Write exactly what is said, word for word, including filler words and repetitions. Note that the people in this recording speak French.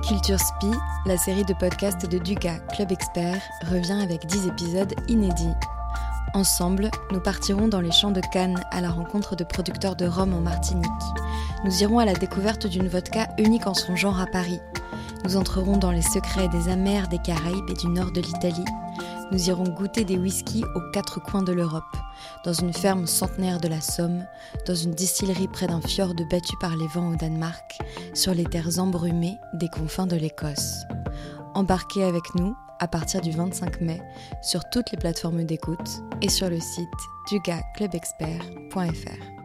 Culture Spi, la série de podcasts de Duca, Club Expert, revient avec dix épisodes inédits. Ensemble, nous partirons dans les champs de Cannes à la rencontre de producteurs de rhum en Martinique. Nous irons à la découverte d'une vodka unique en son genre à Paris. Nous entrerons dans les secrets des amers des Caraïbes et du nord de l'Italie. Nous irons goûter des whiskies aux quatre coins de l'Europe, dans une ferme centenaire de la Somme, dans une distillerie près d'un fjord battu par les vents au Danemark, sur les terres embrumées des confins de l'Écosse. Embarquez avec nous à partir du vingt-cinq mai sur toutes les plateformes d'écoute et sur le site duga club expert point f r.